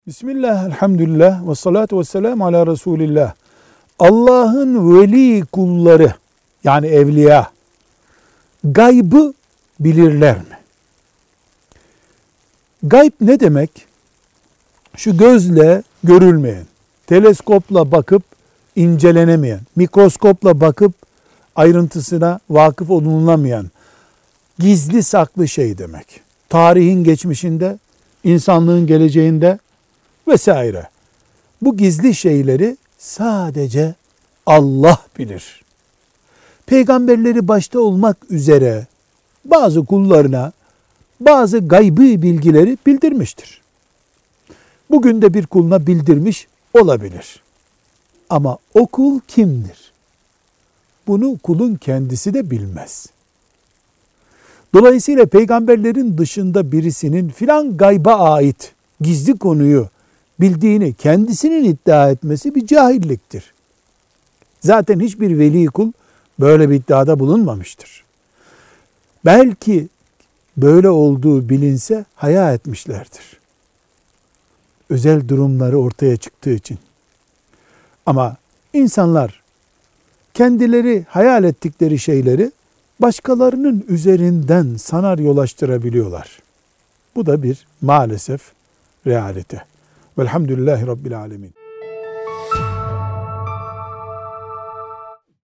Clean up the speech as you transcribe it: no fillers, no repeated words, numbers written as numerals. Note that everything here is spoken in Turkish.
Bismillah, elhamdülillah, ve salatu ve selamu ala Resulillah. Allah'ın veli kulları, yani evliya, gaybı bilirler mi? Gayb ne demek? Şu gözle görülmeyen, teleskopla bakıp incelenemeyen, mikroskopla bakıp ayrıntısına vakıf olunulamayan, gizli saklı şey demek. Tarihin geçmişinde, insanlığın geleceğinde vesaire. Bu gizli şeyleri sadece Allah bilir. Peygamberleri başta olmak üzere bazı kullarına bazı gaybi bilgileri bildirmiştir. Bugün de bir kuluna bildirmiş olabilir. Ama o kul kimdir? Bunu kulun kendisi de bilmez. Dolayısıyla peygamberlerin dışında birisinin filan gayba ait gizli konuyu bildiğini kendisinin iddia etmesi bir cahilliktir. Zaten hiçbir veli kul böyle bir iddiada bulunmamıştır. Belki böyle olduğu bilinse haya etmişlerdir. Özel durumları ortaya çıktığı için. Ama insanlar kendileri hayal ettikleri şeyleri başkalarının üzerinden senaryolaştırabiliyorlar. Bu da bir maalesef realite. Velhamdülillahi Rabbil Alemin.